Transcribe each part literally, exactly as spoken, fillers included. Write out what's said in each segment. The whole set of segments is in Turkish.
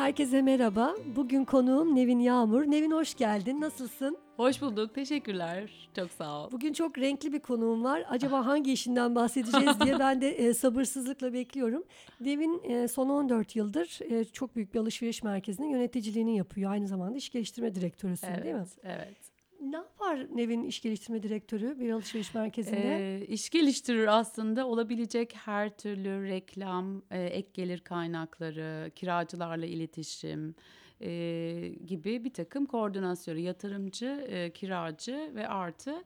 Herkese merhaba. Bugün konuğum Nevin Yağmur. Nevin hoş geldin. Nasılsın? Hoş bulduk. Teşekkürler. Çok sağ ol. Bugün çok renkli bir konuğum var. Acaba hangi işinden bahsedeceğiz diye ben de e, sabırsızlıkla bekliyorum. Nevin e, son on dört yıldır e, çok büyük bir alışveriş merkezinin yöneticiliğini yapıyor. Aynı zamanda iş geliştirme direktörüsün, Evet, değil mi? evet. Ne yapar Nevin iş geliştirme direktörü bir alışveriş merkezinde? Ee, iş geliştirir aslında olabilecek her türlü reklam, e, ek gelir kaynakları, kiracılarla iletişim e, gibi bir takım koordinasyonu, yatırımcı, e, kiracı ve artı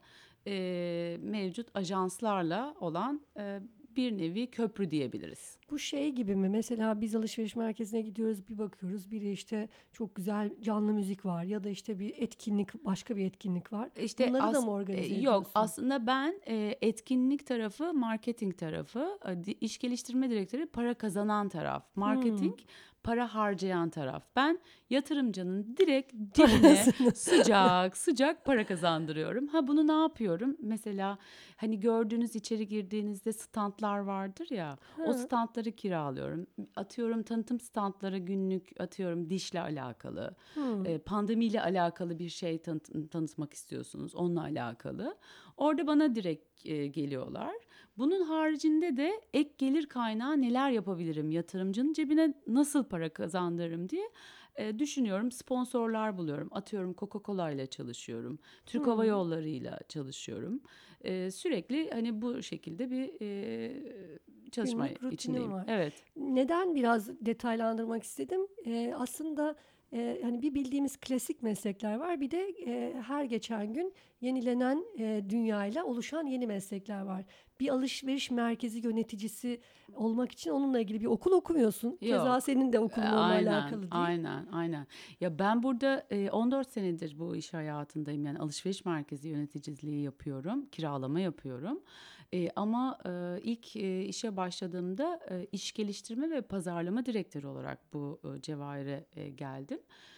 e, mevcut ajanslarla olan e, bir nevi köprü diyebiliriz. Bu şey gibi mi? Mesela biz alışveriş merkezine gidiyoruz, bir bakıyoruz. Biri işte çok güzel canlı müzik var ya da işte bir etkinlik, başka bir etkinlik var. İşte Bunları da as- mı organize e, yok ediyorsun? aslında ben e, etkinlik tarafı, marketing tarafı, e, di- iş geliştirme direktörü para kazanan taraf, Hmm. marketing para harcayan taraf. Ben yatırımcının direkt dibine Parasını. sıcak sıcak para kazandırıyorum. Ha bunu ne yapıyorum? Mesela hani gördüğünüz içeri girdiğinizde standlar vardır ya, o Ha. standları kiralıyorum. Atıyorum tanıtım standları günlük atıyorum dişle alakalı, Hmm. e, pandemiyle alakalı bir şey tanıt- tanıtmak istiyorsunuz, onunla alakalı. Orada bana direkt e, geliyorlar. Bunun haricinde de ek gelir kaynağı neler yapabilirim, yatırımcının cebine nasıl para kazandırırım diye e, düşünüyorum. Sponsorlar buluyorum. Atıyorum Coca-Cola ile çalışıyorum. Türk Hava Hmm. Yolları ile çalışıyorum. E, sürekli hani bu şekilde bir e, çalışma Günlük rutinim içindeyim. var. Evet. Neden biraz detaylandırmak istedim? Ee, aslında e, hani bir bildiğimiz klasik meslekler var. Bir de e, her geçen gün yenilenen e, dünyayla oluşan yeni meslekler var. Bir alışveriş merkezi yöneticisi olmak için onunla ilgili bir okul okumuyorsun. Keza Yok. senin de E, okulun onunla Aynen, alakalı değil. aynen, aynen. Ya ben burada e, on dört senedir bu iş hayatındayım. Yani alışveriş merkezi yöneticiliği yapıyorum, kiralama yapıyorum. E, ama e, ilk e, işe başladığımda e, iş geliştirme ve pazarlama direktörü olarak bu e, Cevahir'e e, geldim.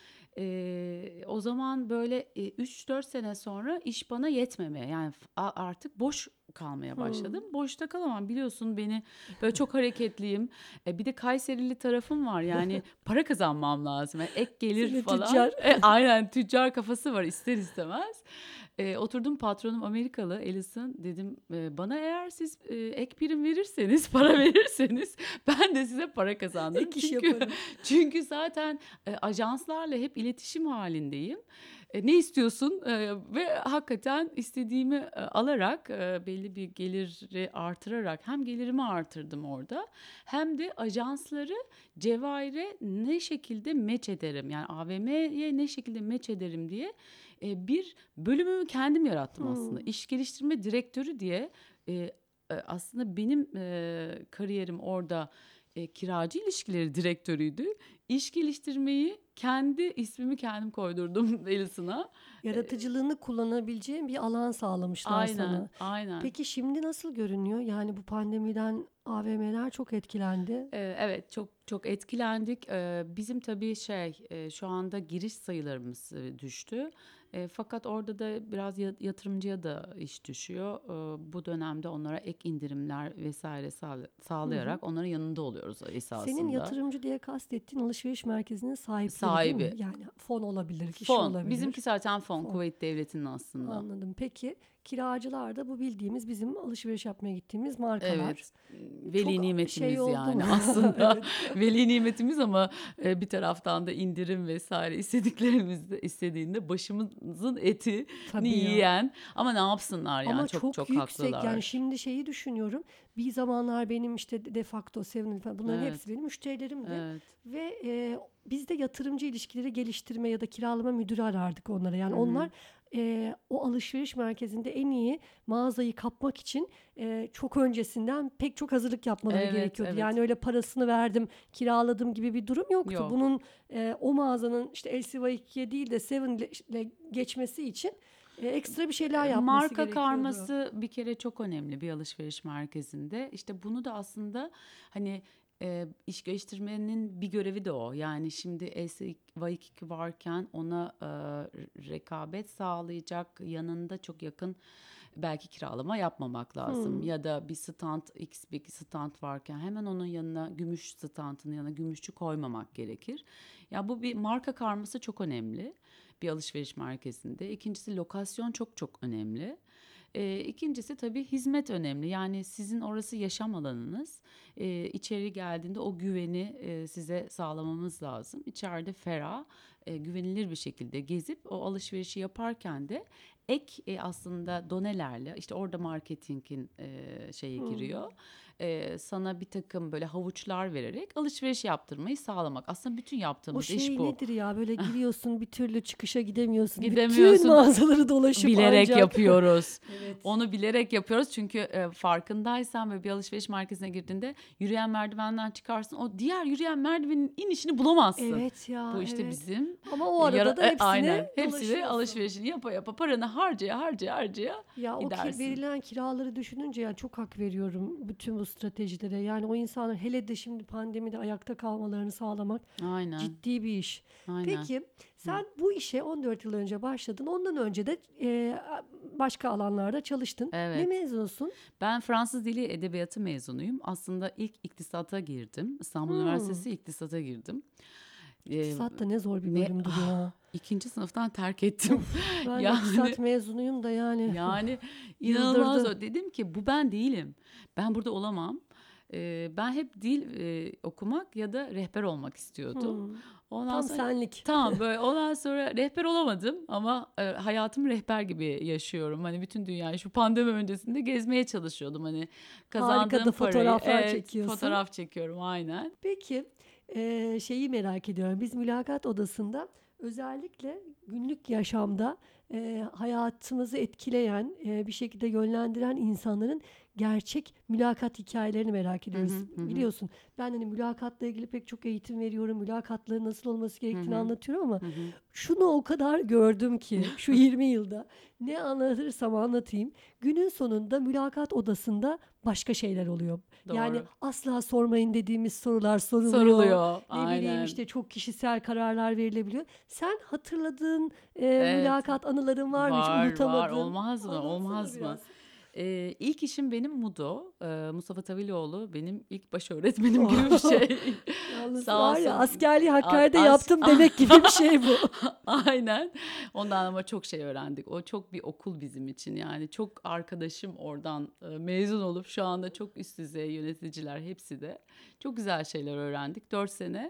E, o zaman böyle e, üç dört sene sonra iş bana yetmemeye, yani f- a- artık boş kalmaya Hmm. başladım. Boşta kalamam, biliyorsun beni, böyle çok hareketliyim. E, bir de Kayserili tarafım var, yani para kazanmam lazım. Yani ek gelir Seni falan. tüccar. E, aynen, tüccar kafası var ister istemez. E, oturdum, patronum Amerikalı, Alison, dedim e, bana eğer siz e, ek prim verirseniz, para verirseniz ben de size para kazandırırım. Ek iş Çünkü yaparım. çünkü zaten e, ajanslarla hep iletişim halindeyim. E, ne istiyorsun? E, ve hakikaten istediğimi e, alarak, e, belli bir geliri artırarak hem gelirimi artırdım orada, hem de ajansları Cevahir'e ne şekilde meç ederim, yani A V M'ye ne şekilde meç ederim diye e, bir bölümümü kendim yarattım aslında. Hmm. İş geliştirme direktörü diye e, e, aslında benim e, kariyerim orada e, kiracı ilişkileri direktörüydü. İş geliştirmeyi, kendi ismimi kendim koydurdum Elisa'na. Yaratıcılığını kullanabileceğin bir alan sağlamışlar Aynen, sana. aynen. Peki şimdi nasıl görünüyor? Yani bu pandemiden A V M'ler çok etkilendi. Ee, Evet, çok çok etkilendik. Ee, Bizim tabii şey, e, şu anda giriş sayılarımız e, düştü. E, Fakat orada da biraz ya- yatırımcıya da iş düşüyor. Ee, Bu dönemde onlara ek indirimler vesaire sağla- Hı hı. sağlayarak onların yanında oluyoruz Senin esasında. yatırımcı diye kastettiğin alışveriş merkezinin sahipleri değil mi? Sahibi. Yani fon olabilir, kişi Fon. olabilir. Bizimki zaten fon. Fon. Kuveyt Devleti'nin aslında. Anladım. Peki kiracılar da bu bildiğimiz bizim alışveriş yapmaya gittiğimiz markalar. Evet, veli Çok şey nimetimiz oldu mu? yani aslında, Evet. veli nimetimiz, ama e, bir taraftan da indirim vesaire istediklerimizde, istediğinde başımızın etini Tabii ya. yiyen, ama ne yapsınlar, yani Ama çok çok çok yüksek, yani haklılar. şimdi şeyi düşünüyorum. Bir zamanlar benim işte de facto, Seven falan bunların Evet, hepsi benim müşterilerimdi. evet. Ve e, biz de yatırımcı ilişkileri geliştirme ya da kiralama müdürü arardık onlara. Hı Yani hı. onlar e, o alışveriş merkezinde en iyi mağazayı kapmak için e, çok öncesinden pek çok hazırlık yapmaları Evet, gerekiyordu. Yani evet. öyle parasını verdim, kiraladım gibi bir durum yoktu. Yok. Bunun e, o mağazanın işte L C Y ikiye değil de Seven ile geçmesi için e, ekstra bir şeyler E, yapması Marka gerekiyordu. karması bir kere çok önemli bir alışveriş merkezinde. İşte bunu da aslında hani e, iş geliştirmenin bir görevi de o. Yani şimdi S Y iki varken ona e, rekabet sağlayacak, yanında çok yakın belki kiralama yapmamak lazım. Hmm. Ya da bir stand, X bir stand varken hemen onun yanına gümüş standının yanına gümüşçü koymamak gerekir. Ya bu bir marka karması çok önemli bir alışveriş merkezinde. İkincisi lokasyon çok çok önemli. Ee, ikincisi tabii hizmet önemli. Yani sizin orası yaşam alanınız. Ee, içeri geldiğinde o güveni e, size sağlamamız lazım. İçeride ferah, e, güvenilir bir şekilde gezip o alışverişi yaparken de ek e, aslında donelerle işte orada marketingin e, şeye Hmm. giriyor. E, sana bir takım böyle havuçlar vererek alışveriş yaptırmayı sağlamak. Aslında bütün O yaptığımız iş şey bu. nedir ya? Böyle giriyorsun bir türlü çıkışa gidemiyorsun. Bütün Gidemiyorsun. mağazaları dolaşıp Bilerek ancak. yapıyoruz. Evet. Onu bilerek yapıyoruz çünkü e, farkındaysan ve bir alışveriş merkezine girdiğinde yürüyen merdivenden çıkarsın. O diğer yürüyen merdivenin inişini bulamazsın. Evet ya, Bu işte evet. bizim Ama o yara- arada da e, hepsini aynen hepsini dolaşıyorsun. alışverişini yapa yapa paranı harcaya harcaya harcaya Ya o ki gidersin. verilen kiraları düşününce yani çok hak veriyorum bütün bu stratejilere. Yani o insanlar hele de şimdi pandemide ayakta kalmalarını sağlamak Aynen, ciddi bir iş. aynen. Peki sen bu işe on dört yıl önce başladın. Ondan önce de e, başka alanlarda çalıştın. Ne Evet. mezunusun? Ben Fransız Dili Edebiyatı mezunuyum. Aslında ilk iktisata girdim. İstanbul Hmm. Üniversitesi iktisata girdim. Ee, İktisat da ne zor bir ne bölümdür ah, ya. ikinci sınıftan terk ettim. Ben de Yani iktisat mezunuyum da yani yani inanılmaz yıldırdı. zor. Dedim ki bu ben değilim. Ben burada olamam. Ee, ben hep dil e, okumak ya da rehber olmak istiyordum. Hmm. Ondan Tam sonra senlik. tamam böyle ondan sonra rehber olamadım ama e, hayatımı rehber gibi yaşıyorum. Hani bütün dünyayı şu pandemi öncesinde gezmeye çalışıyordum. Hani Harika da kazandığım parayı fotoğraflar evet çekiyorsun. fotoğraf çekiyorum aynen. Peki eee, şeyi merak ediyorum. Biz mülakat odasında özellikle günlük yaşamda eee, hayatımızı etkileyen, eee, bir şekilde yönlendiren insanların gerçek mülakat hikayelerini merak Hı ediyoruz. hı hı hı Biliyorsun ben hani mülakatla ilgili pek çok eğitim veriyorum. Mülakatların nasıl olması hı gerektiğini hı anlatıyorum ama hı hı. şunu o kadar gördüm ki şu yirmi yılda ne anlatırsam anlatayım. Günün sonunda mülakat odasında başka şeyler oluyor. Yani Doğru. asla sormayın dediğimiz sorular soruluyor. Soruluyor Ne bileyim aynen. işte çok kişisel kararlar verilebiliyor. Sen hatırladığın e, Evet. mülakat anıların var mı hiç Var var unutamadığın? olmaz mı Anlatsana olmaz mı? biraz. Ee, ilk işim benim Mudo. Ee, Mustafa Tavilioğlu benim ilk baş öğretmenim gibi bir Oh, şey. yalnız Sağ var ya olsun. askerliği A- Hakkari'de As yaptım demek gibi bir şey bu. Aynen. Ondan ama çok şey öğrendik. O çok bir okul bizim için. Yani çok arkadaşım oradan e, mezun olup şu anda çok üst düzey yöneticiler hepsi de. Çok güzel şeyler öğrendik. Dört sene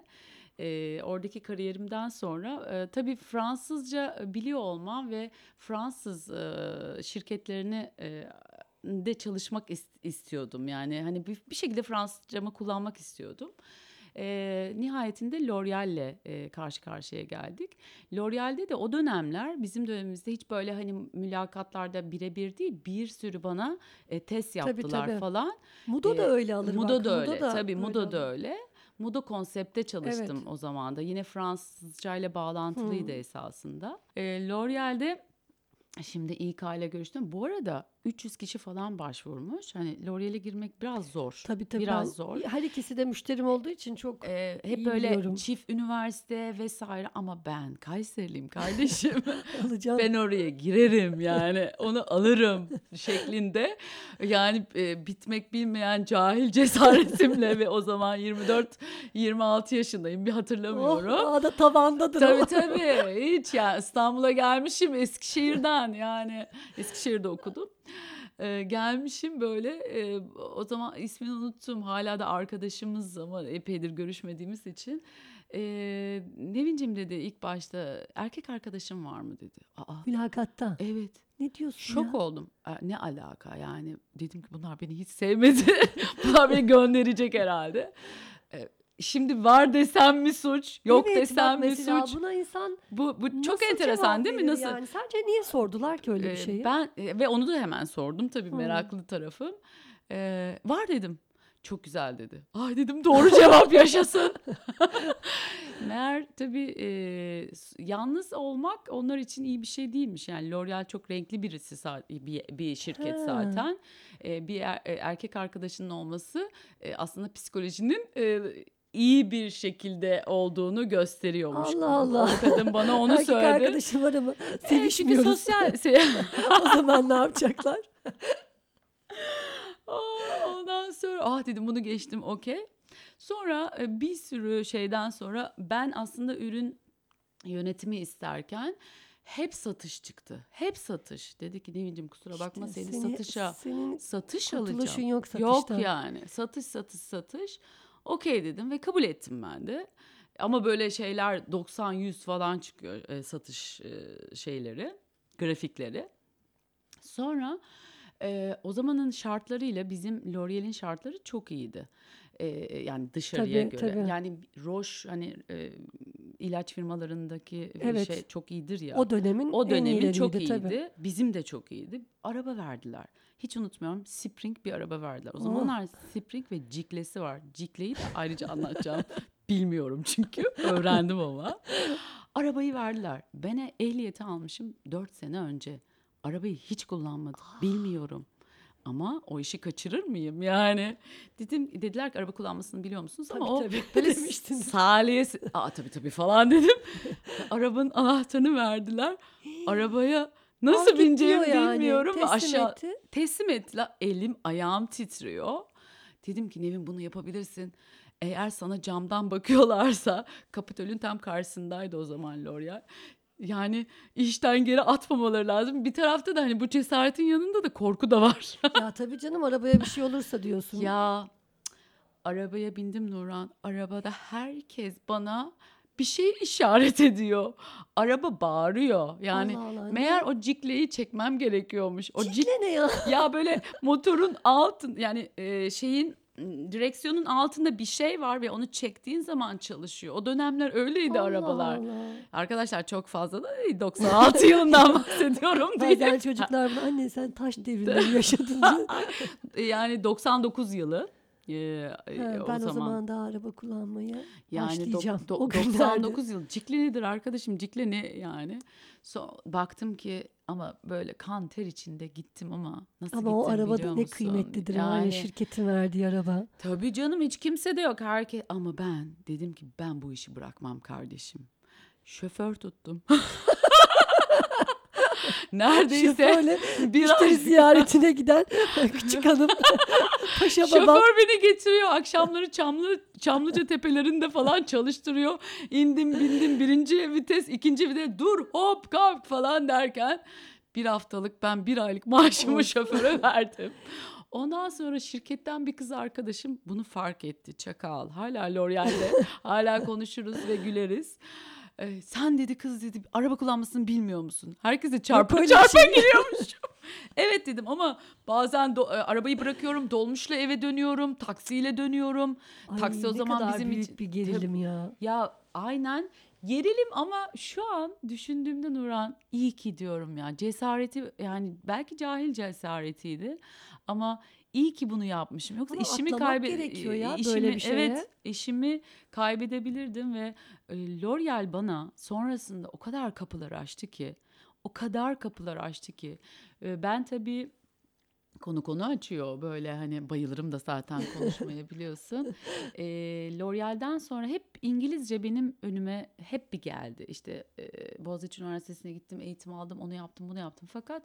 e, oradaki kariyerimden sonra e, tabii Fransızca biliyor olmam ve Fransız e, şirketlerini e, de çalışmak is- istiyordum. Yani hani bir, bir şekilde Fransızcamı kullanmak istiyordum. E, nihayetinde L'Oreal'le e, karşı karşıya geldik. L'Oreal'de de o dönemler bizim dönemimizde hiç böyle hani mülakatlarda birebir değil bir sürü bana e, test Tabii yaptılar tabii. falan. Mudo da E, öyle alır Mudo bak. da Mudo öyle da tabii öyle Mudo da alır. öyle. Mudo konsepte Evet. çalıştım o zaman da. Yine Fransızca ile bağlantılıydı Hmm. esasında. E, L'Oreal'de şimdi İK ile görüştüm. Bu arada üç yüz kişi falan başvurmuş. Hani L'Oreal'e girmek biraz zor. Tabii tabii Biraz ben zor. her ikisi de müşterim olduğu için çok Ee, hep iyi böyle biliyorum. çift üniversite vesaire ama ben Kayseriliyim kardeşim. Alacağım. Ben oraya girerim yani onu alırım şeklinde. Yani e, bitmek bilmeyen cahil cesaretimle ve o zaman yirmi dört yirmi altı yaşındayım bir Oh hatırlamıyorum. daha da tavandadır Tabii o. tabii hiç ya İstanbul'a gelmişim Eskişehir'den yani Eskişehir'de okudum. Ee, gelmişim böyle e, o zaman ismini unuttum hala da arkadaşımız ama epeydir görüşmediğimiz için. Ee, Nevinciğim dedi ilk başta erkek arkadaşım var mı dedi. Aa Mülakatta. evet. Ne diyorsun Şok ya? oldum. "E, Ne alaka yani dedim ki bunlar beni hiç sevmedi. Bunlar beni gönderecek herhalde. E, Şimdi var desem mi suç, yok Evet bak desem mi mesela suç? buna insan Bu bu çok nasıl enteresan cevap değil mi? verir Nasıl? yani? Sence niye sordular ki öyle bir E, şeyi? ben e, ve onu da hemen sordum tabii Hmm. meraklı tarafım. E, var dedim. Çok güzel dedi. Ay dedim doğru cevap yaşasın. Meğer tabii e, s- yalnız olmak onlar için iyi bir şey değilmiş. Yani L'Oreal çok renkli birisi za- bir, bir şirket Ha. zaten. E, bir er- e, erkek arkadaşının olması e, aslında psikolojinin e, iyi bir şekilde olduğunu gösteriyormuş. Allah Allah. O kadın bana onu Erkek söyledi. arkadaşım var ama E, çünkü sevişmiyoruz. sosyal se- O zaman ne yapacaklar? Aa, ondan sonra ah dedim bunu geçtim, okey. Sonra e, bir sürü şeyden sonra ben aslında ürün yönetimi isterken hep satış çıktı. Hep satış. Dedi ki Nevin'cim kusura bakma İşte seni seni, satışa senin satış kurtuluşun alacağım. yok Yok satışta. yani satış satış satış. Okey dedim ve kabul ettim ben de. Ama böyle şeyler doksan yüz falan çıkıyor e, satış e, şeyleri, grafikleri. Sonra e, o zamanın şartlarıyla bizim L'Oreal'in şartları çok iyiydi. E, yani dışarıya Tabii göre. tabii. Yani Roche hani e, ilaç firmalarındaki bir şey Evet. çok iyidir ya. O dönemin O en dönemin çok iyileriydi tabii. iyiydi. Bizim de çok iyiydi. Araba verdiler. Hiç unutmuyorum. Spring bir araba verdiler. O Oh. zamanlar Spring ve Cicle'si var. Cicle'yi de ayrıca anlatacağım. Bilmiyorum çünkü. Öğrendim ama. Arabayı verdiler. Ben e- ehliyeti almışım dört sene önce. Arabayı hiç kullanmadım. Bilmiyorum. Ama o işi kaçırır mıyım yani? Dedim, dediler ki araba kullanmasını biliyor musunuz? Ama Tabii o tabii böyle demiştin. saliyesi... Aa tabii tabii falan dedim. Arabanın anahtarını verdiler. Arabaya Al nasıl git diyor bineceğimi yani. bilmiyorum. Teslim Aşağı etti. teslim ettiler. Elim ayağım titriyor. Dedim ki Nevin bunu yapabilirsin. Eğer sana camdan bakıyorlarsa, Kapitol'ün tam karşısındaydı o zaman L'Oreal. Yani işten geri atmamaları lazım. Bir tarafta da hani bu cesaretin yanında da korku da var. Ya tabii canım arabaya bir şey olursa diyorsun. Ya arabaya bindim Nurhan. Arabada herkes bana bir şey işaret ediyor. Araba bağırıyor. Yani Allah Allah meğer ne? o cikleyi çekmem gerekiyormuş. O cik Cikle ne ya? ya böyle motorun altın yani e, şeyin m, direksiyonun altında bir şey var ve onu çektiğin zaman çalışıyor. O dönemler öyleydi Allah arabalar. Allah. Arkadaşlar çok fazla da değil. doksan altı yılından bahsediyorum diye. Bazen çocuklar bana anne sen taş devrinde mi yaşadın diyor. Yani doksan dokuz yılı. Ee, e, Ha, o ben o zaman zaman daha araba kullanmaya yani dok- başlayacağım do- o günlerde. doksan dokuz yıl cikle nedir arkadaşım, cikle ne yani. So, baktım ki ama böyle kan ter içinde gittim ama nasıl Ama o gittim arabada biliyor ne musun? kıymetlidir var ya Yani şirketin verdiği araba. tabii canım hiç kimse de yok herkes ama ben dedim ki ben bu işi bırakmam kardeşim. Şoför tuttum. Neredeyse Şoförle bir müşteri ay ziyaretine giden küçük hanım paşa babam. şoför beni getiriyor akşamları Çamlı Çamlıca tepelerinde falan çalıştırıyor. İndim bindim birinci vites ikinci vites dur hop kalk falan derken bir haftalık ben bir aylık maaşımı Of. şoföre verdim. Ondan sonra şirketten bir kız arkadaşım bunu fark etti. Çakal. Hala L'Oreal'de. Hala konuşuruz ve güleriz. Ee, sen dedi kız dedi araba kullanmasını bilmiyor musun? Herkese çarpa öyle bir çarpa şey. giriyormuşum. Evet dedim ama bazen do- e, arabayı bırakıyorum dolmuşla eve dönüyorum. Taksiyle dönüyorum. Ay Taksi o ne zaman kadar bizim büyük için. bir gerilim ya. Ya aynen gerilim ama şu an düşündüğümde Nurhan iyi ki diyorum ya cesareti yani belki cahil cesaretiydi ama iyi ki bunu yapmışım yoksa Ama işimi atlamak kaybe gerekiyor ya işimi böyle bir şeye. evet işimi kaybedebilirdim ve e, L'Oreal bana sonrasında o kadar kapılar açtı ki o kadar kapılar açtı ki E, ben tabii konu konu açıyor böyle hani bayılırım da zaten konuşmaya biliyorsun. E, L'Oreal'den sonra hep İngilizce benim önüme hep bir geldi. İşte e, Boğaziçi Üniversitesi'ne gittim, eğitim aldım, onu yaptım, bunu yaptım. Fakat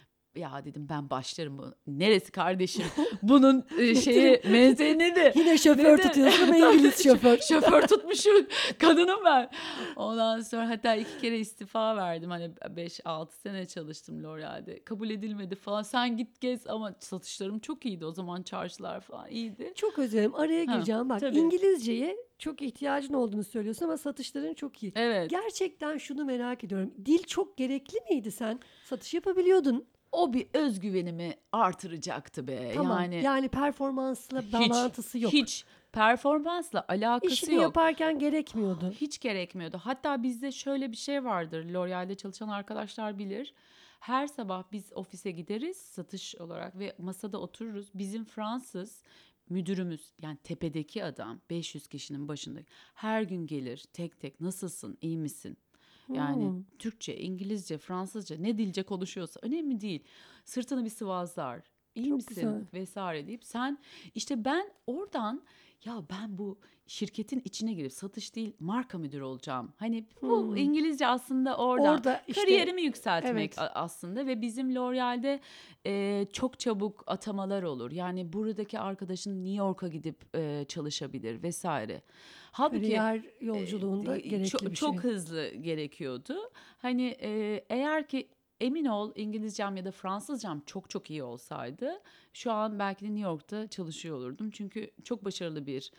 ya dedim ben başlarım bu. Neresi kardeşim? Bunun e, şeyi menzeği nedir? Yine şoför Nedir? tutuyorsun ama İngiliz şoför. Şoför tutmuşum. Kadınım ben. Ondan sonra hatta iki kere istifa verdim. Hani beş altı sene çalıştım L'Oreal'de. Kabul edilmedi falan. Sen git gez ama satışlarım çok iyiydi. O zaman çarşılar falan iyiydi. Çok özledim. Araya Ha, gireceğim. Bak tabii. İngilizceye çok ihtiyacın olduğunu söylüyorsun ama satışların çok iyi. Evet. Gerçekten şunu merak ediyorum. Dil çok gerekli miydi sen? Satış yapabiliyordun. O bir özgüvenimi artıracaktı be. Tamam. Yani Yani performansla hiç bağlantısı yok. hiç performansla alakası İşini yok. yaparken gerekmiyordu. Hiç gerekmiyordu. Hatta bizde şöyle bir şey vardır. L'Oreal'de çalışan arkadaşlar bilir. Her sabah biz ofise gideriz satış olarak ve masada otururuz. Bizim Fransız müdürümüz yani tepedeki adam beş yüz kişinin başında her gün gelir tek tek nasılsın iyi misin? Yani Hmm. Türkçe, İngilizce, Fransızca ne dilce konuşuyorsa önemli değil. Sırtını bir sıvazlar. İyi Çok misin güzel. vesaire deyip sen işte ben oradan ya ben bu şirketin içine girip satış değil marka müdürü olacağım. Hani bu Hmm. İngilizce aslında oradan Orada işte kariyerimi yükseltmek evet. a- aslında ve bizim L'Oreal'de e, çok çabuk atamalar olur. Yani buradaki arkadaşın New York'a gidip e, çalışabilir vesaire. Halbuki Kariyer yolculuğunda gerekli çok bir çok şey. hızlı gerekiyordu. Hani e, eğer ki emin ol İngilizcem ya da Fransızcam çok çok iyi olsaydı şu an belki de New York'ta çalışıyor olurdum. Çünkü çok başarılı bir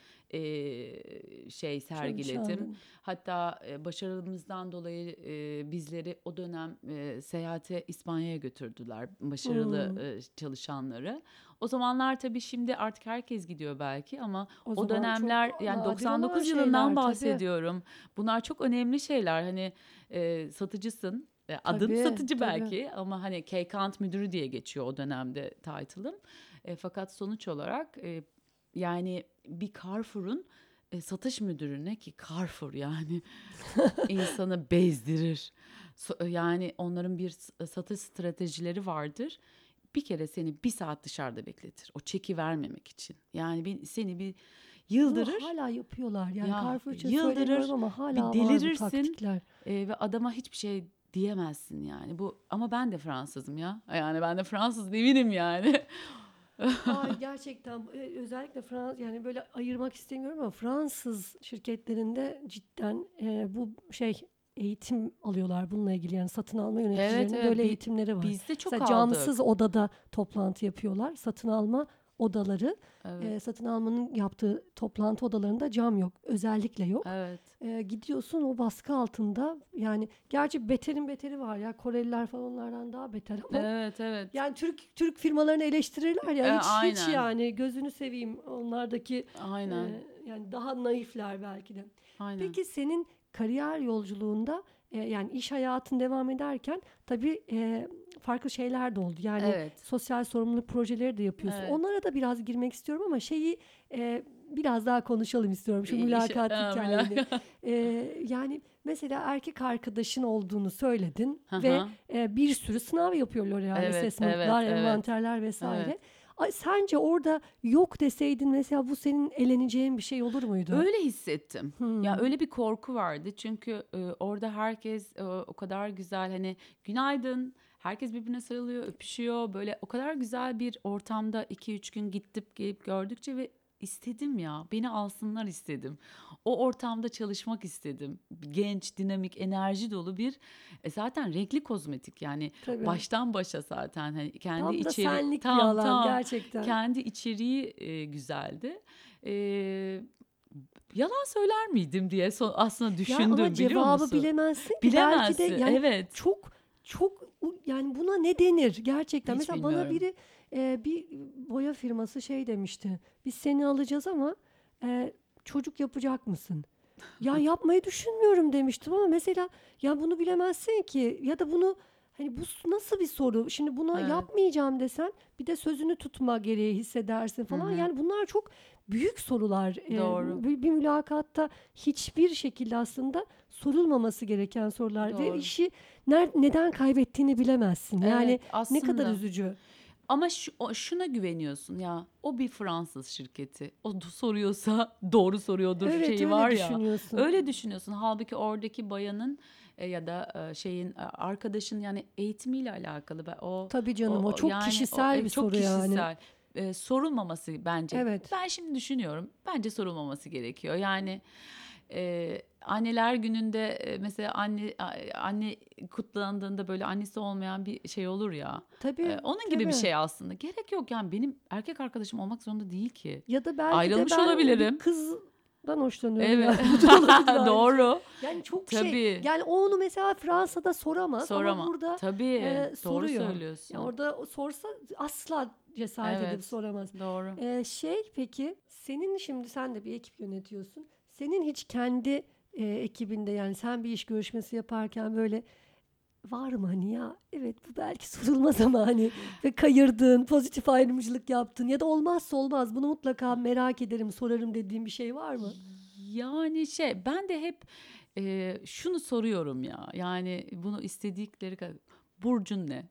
e, şey sergiledim. Çalışandın. Hatta e, başarımızdan dolayı e, bizleri o dönem e, seyahate İspanya'ya götürdüler başarılı Hmm. e, çalışanları. O zamanlar tabii şimdi artık herkes gidiyor belki ama O o zaman dönemler çok yani nadir olan doksan dokuz yılından şeyler tabii. bahsediyorum. Bunlar çok önemli şeyler. Hani e, satıcısın. E, Adın Tabii, satıcı tabii. belki ama hani K-Count müdürü diye geçiyor o dönemde title'ım. E, fakat sonuç olarak e, yani bir Carrefour'un e, satış müdürüne ki Carrefour yani insanı bezdirir. So- Yani onların bir s- satış stratejileri vardır. Bir kere seni bir saat dışarıda bekletir. O çeki vermemek için. Yani bir, seni bir Bunu yıldırır. hala yapıyorlar. Yani Ya Carrefour için söylemiyorum yıldırır, ama bir hala var bu delirirsin taktikler. e, ve adama hiçbir şey diyemezsin yani. Bu ama ben de Fransızım ya. Yani ben de Fransız eminim yani. Ay gerçekten e, özellikle Fransız yani böyle ayırmak istemiyorum ama Fransız şirketlerinde cidden e, bu şey eğitim alıyorlar bununla ilgili yani satın alma Evet yöneticilerinin evet böyle bi- eğitimleri var. bizde çok Mesela camsız aldık. odada toplantı yapıyorlar. Satın alma odaları Evet e, satın almanın yaptığı toplantı odalarında cam yok. Özellikle yok. evet E, gidiyorsun o baskı altında yani gerçi beterin beteri var ya Koreliler falan onlardan daha beter ama evet evet. yani Türk Türk firmalarını eleştirirler ya E, hiç hiç aynen yani gözünü seveyim onlardaki e, aynen yani daha naifler belki de. aynen. Peki senin kariyer yolculuğunda e, yani iş hayatın devam ederken tabii e, farklı şeyler de oldu. Yani Evet sosyal sorumluluk projeleri de yapıyorsun. evet. Onlara da biraz girmek istiyorum ama şeyi e, biraz daha konuşalım istiyorum şu İ- İş, mülakat e, hikayeni. mülakat. E, yani mesela erkek arkadaşın olduğunu söyledin Hı ve hı. e, bir sürü sınav yapıyor L'Oreal, Evet evet assessment'lar, evet envanterler evet. vesaire. Ay, sence orada yok deseydin mesela bu senin eleneceğin bir şey olur muydu? Öyle hissettim. Ya Hmm. öyle bir korku vardı çünkü e, orada herkes e, o kadar güzel hani günaydın herkes birbirine sarılıyor, öpüşüyor. Böyle o kadar güzel bir ortamda iki üç gün gidip gelip gördükçe ve istedim ya beni alsınlar istedim. O ortamda çalışmak istedim. Genç, dinamik, enerji dolu bir e, zaten renkli kozmetik yani Tabii. baştan başa zaten hani kendi Tam da içeri senlik bir tam alan tam gerçekten. kendi içeriği e, güzeldi. E, Yalan söyler miydim diye so- aslında Ya ama düşündüm biliyor cevabı musun? bilemezsin ki belki de Bilemezsin. yani Evet. çok çok u- yani buna ne denir gerçekten? Hiç Mesela bana bilmiyorum. biri e, bir boya firması şey demişti. Biz seni alacağız ama e, çocuk yapacak mısın? Ya yapmayı düşünmüyorum demiştim ama mesela ya bunu bilemezsin ki ya da bunu hani bu s- nasıl bir soru? Şimdi buna Evet. yapmayacağım desen bir de sözünü tutma gereği hissedersin Hı falan. hı. Yani bunlar çok büyük sorular. Ee, Doğru. bir, bir mülakatta hiçbir şekilde aslında sorulmaması gereken sorular ve Doğru. işi ner- neden kaybettiğini bilemezsin. Evet Yani ne kadar aslında. üzücü. Ama şu, o- şuna güveniyorsun ya. O bir Fransız şirketi. O do- soruyorsa doğru soruyordur Evet şeyi var öyle ya. düşünüyorsun. Öyle düşünüyorsun. Halbuki oradaki bayanın e, ya da e, şeyin e, arkadaşın yani eğitimiyle alakalı. Ben- O, Tabii o, canım o o çok yani o kişisel e, bir çok soru yani. kişisel. E, sorulmaması bence. Evet. Ben şimdi düşünüyorum. Bence sorulmaması gerekiyor. Yani e, anneler gününde e, mesela anne a- anne kutlandığında böyle annesi olmayan bir şey olur ya. Tabii Ee, onun gibi bir tabii. şey aslında. Gerek yok yani benim erkek arkadaşım olmak zorunda değil ki. Ya da belki de Ayrılmış ben bir olabilirim. kızdan hoşlanıyorum Evet. yani bu da olabilir ayrıca. Doğru. Yani çok şey Tabii. yani o onu mesela Fransa'da soramaz ama Sorama. burada Tabii. e, Doğru soruyor. Ya söylüyorsun. orada o sorsa asla cesaret edip Evet. soramaz. Doğru. E, şey peki senin şimdi sen de bir ekip yönetiyorsun. Senin hiç kendi e, ekibinde yani sen bir iş görüşmesi yaparken böyle var mı hani ya evet bu belki sorulmaz ama hani ve kayırdın, pozitif ayrımcılık yaptın ya da olmazsa olmaz bunu mutlaka merak ederim, sorarım dediğim bir şey var mı? Yani şey ben de hep e, şunu soruyorum ya. Yani bunu istedikleri kadar. Burcun ne?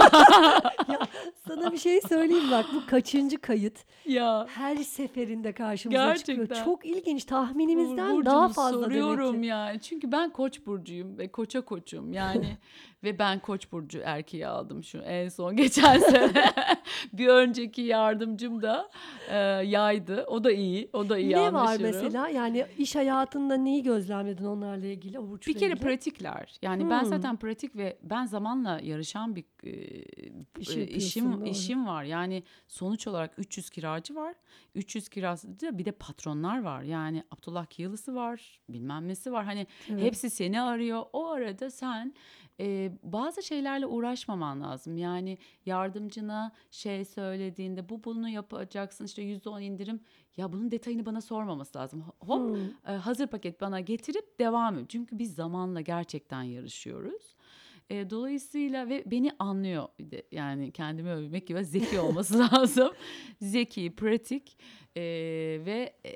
Ya sana bir şey söyleyeyim bak, bu kaçıncı kayıt? Ya Her seferinde karşımıza çıkıyor. gerçekten. Çok ilginç, Bur- tahminimizden daha Burcumu fazla demek soruyorum ki. yani. Çünkü ben Koç burcuyum ve Koça koçum yani. Ve ben Koç burcu erkeği aldım şu en son geçen sene. Bir önceki yardımcım da e, yaydı. O da iyi. O da iyi Ne var anlaşırım. mesela? Yani iş hayatında neyi gözlemledin onlarla ilgili, o Bir burçla kere ilgili? pratikler. Yani ben Hmm, zaten pratik ve ben zamanla yarışan bir e, iş e, yapıyorsun, işim doğru. işim var. Yani sonuç olarak üç yüz kiracı var. üç yüz kiracı, bir de patronlar var. Yani Abdullah Kiyalısı var, bilmem nesi var. Hani Tabii. hepsi seni arıyor. O arada sen e, bazı şeylerle uğraşmaman lazım. Yani yardımcına şey söylediğinde bu bunu yapacaksın işte yüzde on indirim. Ya bunun detayını bana sormaması lazım. Hop, Hmm. e, hazır paket bana getirip devam et. Çünkü biz zamanla gerçekten yarışıyoruz. E, dolayısıyla ve beni anlıyor bir de, yani kendimi övmek gibi zeki olması lazım. Zeki, pratik e, ve e,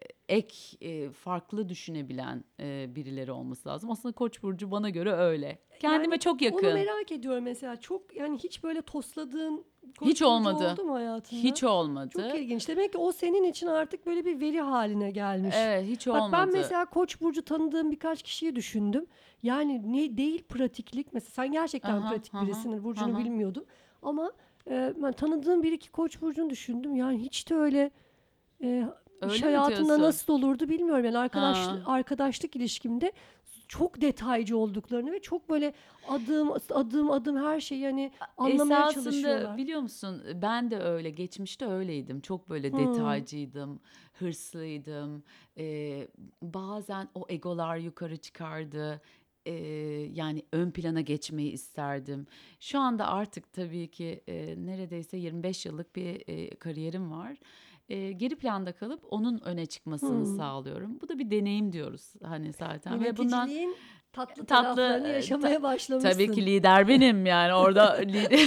ek e, farklı düşünebilen e, birileri olması lazım. Aslında Koç burcu bana göre öyle. Kendime Yani çok onu yakın. merak ediyorum mesela. Çok, yani hiç böyle tosladığın Hiç koç burcu olmadı. oldu mu hayatında? Hiç Çok olmadı. ilginç. Demek ki o senin için artık böyle bir veri haline gelmiş. Evet, hiç Bak, ben olmadı. mesela koç burcu tanıdığım birkaç kişiyi düşündüm. Yani ne değil pratiklik. Mesela sen gerçekten Aha, pratik aha, birisin. Burcunu aha. bilmiyordum. Ama e, ben tanıdığım bir iki koç burcunu düşündüm. Yani hiç de öyle e, iş Öyle mi hayatında diyorsun? nasıl olurdu bilmiyorum. Yani arkadaş Ha. arkadaşlık ilişkimde çok detaycı olduklarını ve çok böyle adım adım adım her şeyi yani anlamaya Esasında çalışıyorlar. biliyor musun, ben de öyle geçmişte öyleydim. Çok böyle Hmm. detaycıydım, hırslıydım. Ee, bazen o egolar yukarı çıkardı. Ee, yani ön plana geçmeyi isterdim. Şu anda artık tabii ki e, neredeyse yirmi beş yıllık bir e, kariyerim var. E, geri planda kalıp onun öne çıkmasını Hmm. sağlıyorum. Bu da bir deneyim diyoruz hani zaten ve bundan Yöneticiliğin tatlı tatlı taraflarını e, ta- yaşamaya tabii ki başlamışsın. lider benim, yani orada lider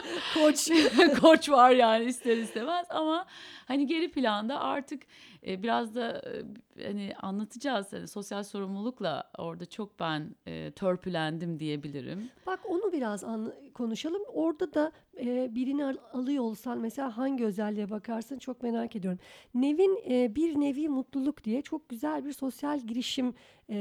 Koç. koç var yani ister istemez, ama hani geri planda artık e, biraz da e, hani anlatacağız, hani sosyal sorumlulukla orada çok ben e, törpülendim diyebilirim. Bak, onu biraz anla- konuşalım. Orada da e, birini al- alıyor olsan mesela hangi özelliğe bakarsın, çok merak ediyorum. Nevin e, bir nevi mutluluk diye çok güzel bir sosyal girişim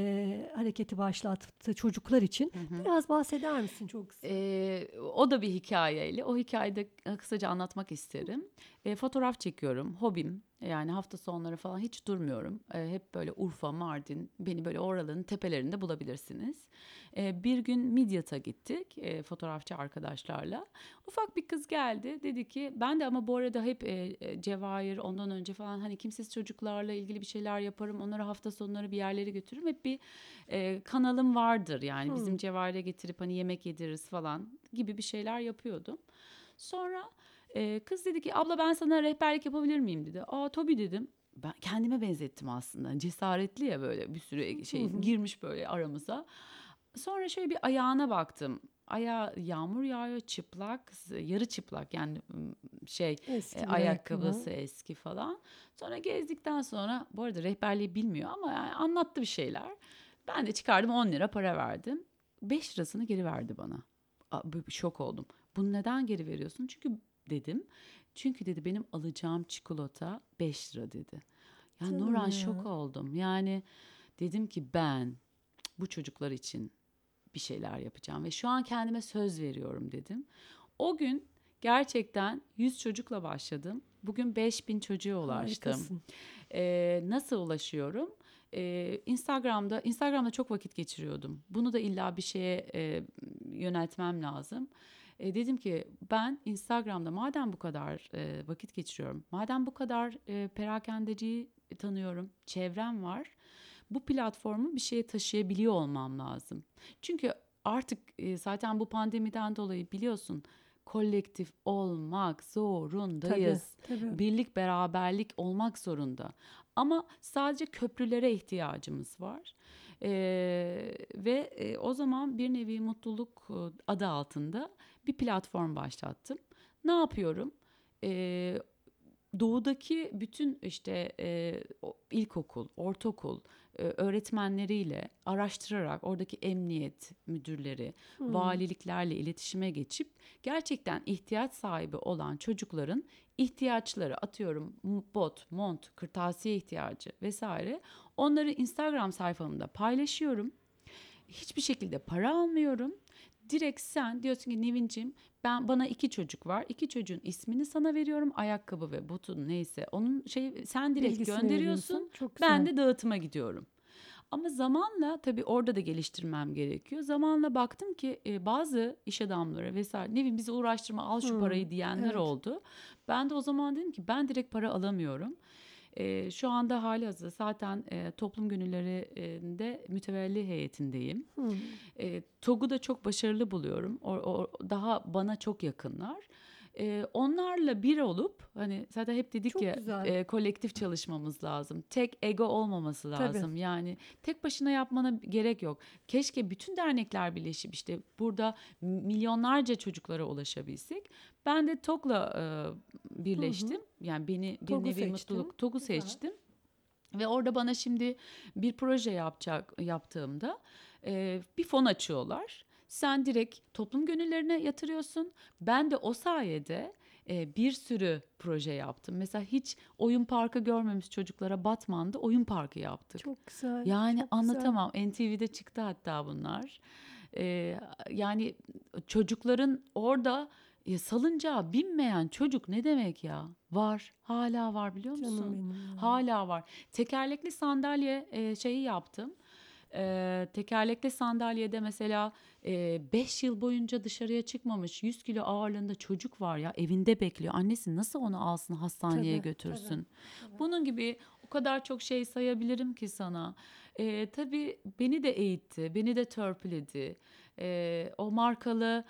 e, hareketi başlattı çocuklar için. Hı hı. Biraz bahseder misin çok kısa? Ee, o da bir hikayeyle. O hikayeyi de e, kısaca anlatmak isterim. Ee, fotoğraf çekiyorum. Hobim. Yani hafta sonları falan hiç durmuyorum. Ee, hep böyle Urfa, Mardin, beni böyle oraların tepelerinde bulabilirsiniz. Ee, bir gün Midyat'a gittik e, fotoğrafçı arkadaşlarla. Ufak bir kız geldi. Dedi ki ben de, ama bu arada hep e, e, Cevahir ondan önce falan hani kimsesiz çocuklarla ilgili bir şeyler yaparım. Onları hafta sonları bir yerlere götürürüm. Hep bir e, kanalım vardır yani, bizim Hmm. Cevahir'e getirip hani yemek yediririz falan gibi bir şeyler yapıyordum. Sonra e, kız dedi ki abla ben sana rehberlik yapabilir miyim dedi. Aa tabii dedim. Ben kendime benzettim aslında. Cesaretli ya, böyle bir sürü Hı şey hı. girmiş böyle aramıza. Sonra şöyle bir ayağına baktım. Ayağı yağmur yağıyor, çıplak, yarı çıplak yani, m, şey e, Eski bir ayakkabı. ayakkabısı eski falan. Sonra gezdikten sonra, bu arada rehberliği bilmiyor ama yani anlattı bir şeyler. Ben de çıkardım, on lira para verdim. beş lirasını geri verdi bana. A, böyle bir şok oldum. Bunu neden geri veriyorsun? Çünkü dedim. Çünkü dedi benim alacağım çikolata beş lira dedi. Ya Canım Nurhan, şok ya. oldum. Yani dedim ki ben bu çocuklar için bir şeyler yapacağım ve şu an kendime söz veriyorum dedim. O gün gerçekten yüz çocukla başladım. Bugün beş bin çocuğa ulaştım. Harikasın. Ee, nasıl ulaşıyorum? Ee, Instagram'da Instagram'da çok vakit geçiriyordum. Bunu da illa bir şeye e, yöneltmem lazım. E, dedim ki ben Instagram'da madem bu kadar e, vakit geçiriyorum, madem bu kadar e, perakendeciyi tanıyorum, çevrem var, bu platformu bir şeye taşıyabiliyor olmam lazım. Çünkü artık e, zaten bu pandemiden dolayı biliyorsun, kolektif olmak Tabii, zorundayız. tabii. Birlik, beraberlik olmak zorunda. Ama sadece köprülere ihtiyacımız var. Ee, ve e, o zaman bir nevi mutluluk e, adı altında bir platform başlattım. Ne yapıyorum? Ee, doğudaki bütün işte e, o- ilkokul, ortaokul e, öğretmenleriyle araştırarak oradaki emniyet müdürleri, Hmm. valiliklerle iletişime geçip gerçekten ihtiyaç sahibi olan çocukların ihtiyaçları, atıyorum m- bot, mont, kırtasiye ihtiyacı vesaire, onları Instagram sayfamda paylaşıyorum. Hiçbir şekilde para almıyorum. Direkt sen diyorsun ki Nevin'cim, ben bana iki çocuk var. İki çocuğun ismini sana veriyorum. Ayakkabı ve botun neyse. Onun şey, sen direkt Bilgisini gönderiyorsun. veriyorsun. Çok Ben güzel. de dağıtıma gidiyorum. Ama zamanla tabii orada da geliştirmem gerekiyor. Zamanla baktım ki e, bazı iş adamları vesaire, ne bileyim, bizi uğraştırma, al şu Hmm. parayı diyenler Evet. oldu. Ben de o zaman dedim ki ben direkt para alamıyorum. E, şu anda halihazırda zaten e, toplum gönüllerinde mütevelli heyetindeyim. Hmm. E, TOG'u da çok başarılı buluyorum. O, o daha bana çok yakınlar. E, onlarla bir olup, hani zaten hep dedik Çok ya, güzel. e, kolektif çalışmamız lazım. Tek ego olmaması Tabii. lazım. Yani tek başına yapmana gerek yok. Keşke bütün dernekler birleşip işte burada milyonlarca çocuklara ulaşabilsek. Ben de TOG'la e, Hı hı. birleştim. Yani beni bir TOG'u nevi seçtin. mutluluk, TOG'u Güzel. seçtim. Ve orada bana şimdi bir proje yapacak yaptığımda e, bir fon açıyorlar. Sen direkt toplum gönüllerine yatırıyorsun. Ben de o sayede e, bir sürü proje yaptım. Mesela hiç oyun parkı görmemiş çocuklara Batman'da oyun parkı yaptık. Çok güzel. Yani Çok güzel. anlatamam. N T V'de çıktı hatta bunlar. E, Yani çocukların orada, ya salıncağa binmeyen çocuk ne demek ya? Var. Hala var, biliyor Canım musun? benim ya. Hala var. Tekerlekli sandalye e, şeyi yaptım. E, tekerlekli sandalyede mesela beş yıl boyunca dışarıya çıkmamış yüz kilo ağırlığında çocuk var ya, evinde bekliyor. Annesi nasıl onu alsın hastaneye Tabii. Tabii. götürsün? Tabii. Bunun gibi o kadar çok şey sayabilirim ki sana. E, tabii beni de eğitti, beni de törpüledi. E, o markalı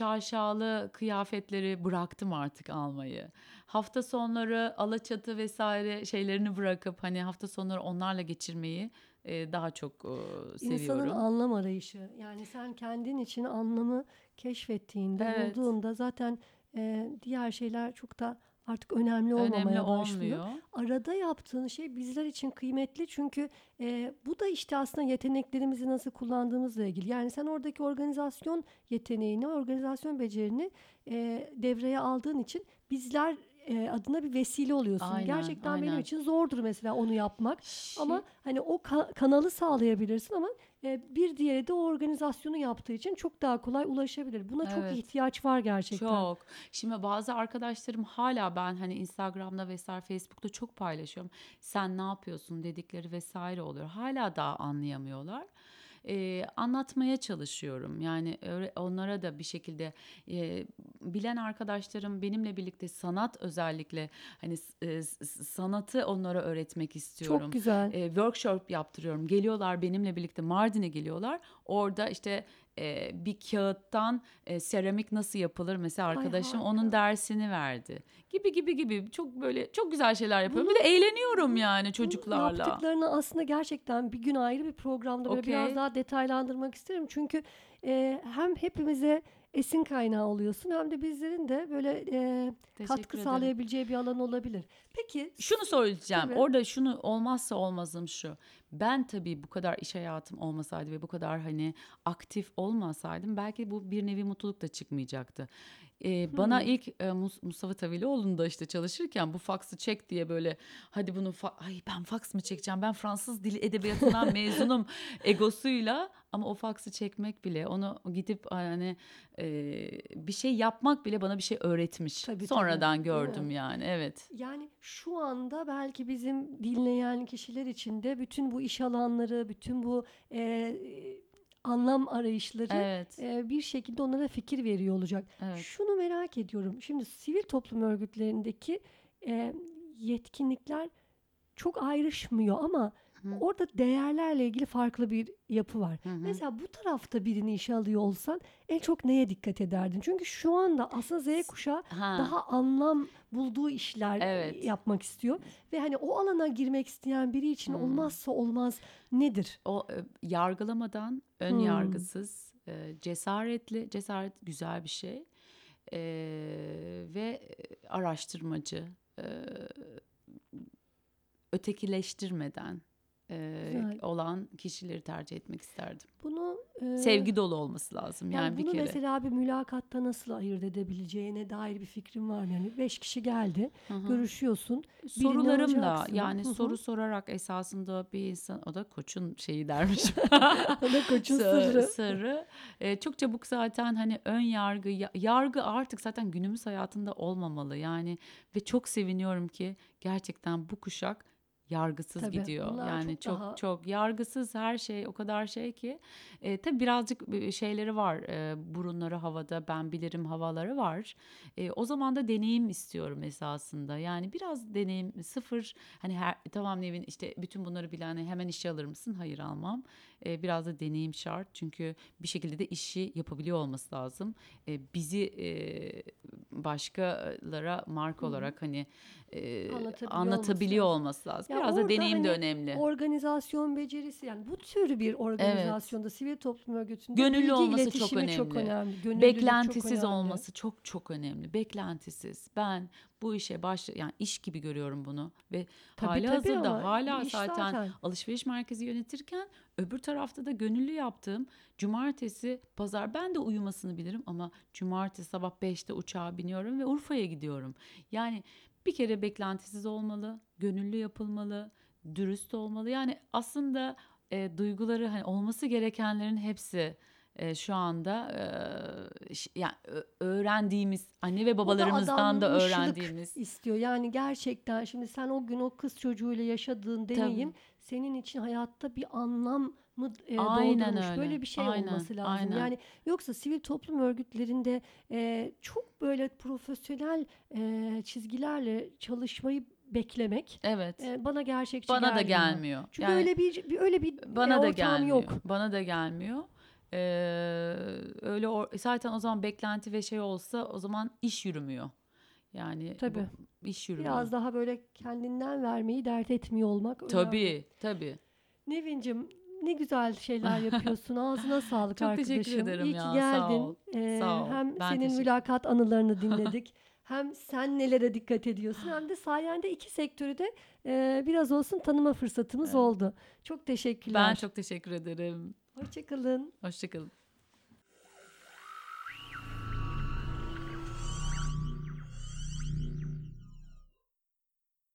şaşalı kıyafetleri bıraktım artık almayı. Hafta sonları Alaçatı vesaire şeylerini bırakıp hani hafta sonları onlarla geçirmeyi e, daha çok e, İnsanın seviyorum. anlam arayışı. Yani sen kendin için anlamı keşfettiğinde, Evet, bulduğunda zaten e, diğer şeyler çok da artık önemli önemli olmamaya başlıyor. olmuyor. Arada yaptığın şey bizler için kıymetli çünkü e, bu da işte aslında yeteneklerimizi nasıl kullandığımızla ilgili. Yani sen oradaki organizasyon yeteneğini, organizasyon becerini e, devreye aldığın için bizler e, adına bir vesile oluyorsun. Aynen, Gerçekten benim aynen. için zordur mesela onu yapmak. Ama Şi, hani o ka- kanalı sağlayabilirsin ama e, bir diğeri de o organizasyonu yaptığı için çok daha kolay ulaşabilir. Buna çok evet. ihtiyaç var gerçekten. Çok. Şimdi bazı arkadaşlarım hala, ben hani Instagram'da vesaire Facebook'ta çok paylaşıyorum. Sen ne yapıyorsun dedikleri vesaire oluyor. Hala daha anlayamıyorlar. Ee, anlatmaya çalışıyorum. Yani öyle- onlara da bir şekilde e, bilen arkadaşlarım benimle birlikte sanat, özellikle hani s- e, s- sanatı onlara öğretmek Çok istiyorum. güzel. E, workshop yaptırıyorum. Geliyorlar benimle birlikte Mardin'e geliyorlar. Orada işte e, bir kağıttan e, seramik nasıl yapılır mesela, Ay arkadaşım harika. onun dersini verdi. Gibi gibi gibi, çok böyle çok güzel şeyler yapıyorum. Bir de Bunu eğleniyorum bu, yani bu çocuklarla. yaptıklarını aslında gerçekten bir gün ayrı bir programda böyle biraz Okey. daha detaylandırmak isterim. Çünkü e, hem hepimize esin kaynağı oluyorsun hem de bizlerin de böyle e, katkı Teşekkür ederim. sağlayabileceği bir alan olabilir. Peki, Şunu s- söyleyeceğim. tabii. Orada şunu olmazsa olmazım şu. Ben tabii bu kadar iş hayatım olmasaydı ve bu kadar hani aktif olmasaydım, belki bu bir nevi mutluluk da çıkmayacaktı. Ee, bana Hmm. ilk e, Mus- Mustafa Tavilioğlu'nda işte çalışırken bu faksı çek diye böyle, hadi bunu fa- ay ben faks mı çekeceğim, ben Fransız dili edebiyatından mezunum egosuyla, ama o faksı çekmek bile, onu gidip hani e, bir şey yapmak bile bana bir şey öğretmiş. Tabii tabii, Sonradan değil mi? gördüm yani, evet. Yani şu anda belki bizim dinleyen kişiler için de bütün bu iş alanları, bütün bu e, anlam arayışları Evet, e, bir şekilde onlara fikir veriyor olacak. evet. Şunu merak ediyorum. Şimdi sivil toplum örgütlerindeki e, yetkinlikler çok ayrışmıyor ama Hı orada değerlerle ilgili farklı bir yapı var. hı. Hı. Mesela bu tarafta birini işe alıyor olsan en çok neye dikkat ederdin? Çünkü şu anda aslında Z S- kuşağı Ha, daha anlam bulduğu işler e, evet. yapmak istiyor ve hani o alana girmek isteyen biri için Hmm. olmazsa olmaz nedir? O e, yargılamadan, ön Hmm. yargısız, e, cesaretli, cesaret güzel bir şey. E, Ve e, araştırmacı. e, ötekileştirmeden e, Güzel. olan kişileri tercih etmek isterdim. Bunu e, Sevgi dolu olması lazım yani, yani bir bunu kere. mesela bir mülakatta nasıl ayırt edebileceğine dair bir fikrin var mı? Yani beş kişi geldi, Hı hı. görüşüyorsun, birini Sorularımla, alacaksın. yani Hı hı. soru sorarak esasında bir insan, o da koçun şeyi dermiş. O da koçun Sır- sırrı. Sırrı. E, çok çabuk zaten hani ön yargı, ya- yargı artık zaten günümüz hayatında olmamalı yani, ve çok seviniyorum ki gerçekten bu kuşak yargısız Tabii gidiyor. onlar Yani çok çok daha çok yargısız, her şey o kadar şey ki. E, tabii birazcık bir şeyleri var. E, burunları havada, ben bilirim havaları var. E, o zaman da deneyim istiyorum esasında. Yani biraz deneyim, sıfır, hani her, tamam Nevin, işte bütün bunları bilen hemen işe alır mısın? Hayır, almam. E, biraz da deneyim şart, çünkü bir şekilde de işi yapabiliyor olması lazım. E, bizi e, başkalara marka hı hı, olarak hani e, anlatabiliyor olması anlatabiliyor lazım. olması lazım. Ya Biraz da orada deneyim de hani önemli. organizasyon becerisi, yani bu tür bir Evet. organizasyonda, sivil toplum örgütünde Gönüllü bilgi olması çok iletişimi çok önemli. önemli. Gönüllülük çok Beklentisiz önemli. olması çok çok önemli. Beklentisiz. Ben bu işe baş, yani iş gibi görüyorum bunu, ve Tabii hali tabii hazırda ama bu hala iş zaten zaten. alışveriş merkezi yönetirken öbür tarafta da gönüllü yaptığım cumartesi, pazar, ben de uyumasını bilirim ama cumartesi sabah beşte uçağa biniyorum ve Urfa'ya gidiyorum. Yani bir kere beklentisiz olmalı, gönüllü yapılmalı, dürüst olmalı. Yani aslında e, duyguları, hani olması gerekenlerin hepsi e, şu anda e, ş- yani ö- öğrendiğimiz, anne ve O da babalarımızdan da adanmışlık öğrendiğimiz. istiyor. Yani gerçekten şimdi sen o gün o kız çocuğuyla yaşadığın Tabii. deneyim senin için hayatta bir anlam mı e, Aynen doldurmuş. öyle. Böyle bir şey Aynen. olması lazım. Aynen. Yani yoksa sivil toplum örgütlerinde e, çok böyle profesyonel e, çizgilerle çalışmayı beklemek Evet. e, bana gerçekçi Bana da gelmiyor. gelmiyor. Çünkü Yani öyle bir, bir öyle bir e, bana da ortam gelmiyor. yok. Bana da gelmiyor. Ee, öyle or- zaten o zaman beklenti ve şey olsa, o zaman iş yürümüyor. Yani Tabii. bu iş yürümüyor. Biraz daha böyle kendinden vermeyi dert etmiyor olmak önemli. Tabii, tabii. Nevincim, ne güzel şeyler yapıyorsun. Ağzına sağlık Çok teşekkür arkadaşım. ederim İyi ki ya. Sağ ol. geldin. Ee, Sağ ol. hem Ben senin teşekkür. mülakat anılarını dinledik. Hem sen nelere dikkat ediyorsun. Hem de sayende iki sektörü de e, biraz olsun tanıma fırsatımız Evet. oldu. Çok Ben teşekkürler. çok teşekkür ederim. Hoşça kalın. Hoşça kalın.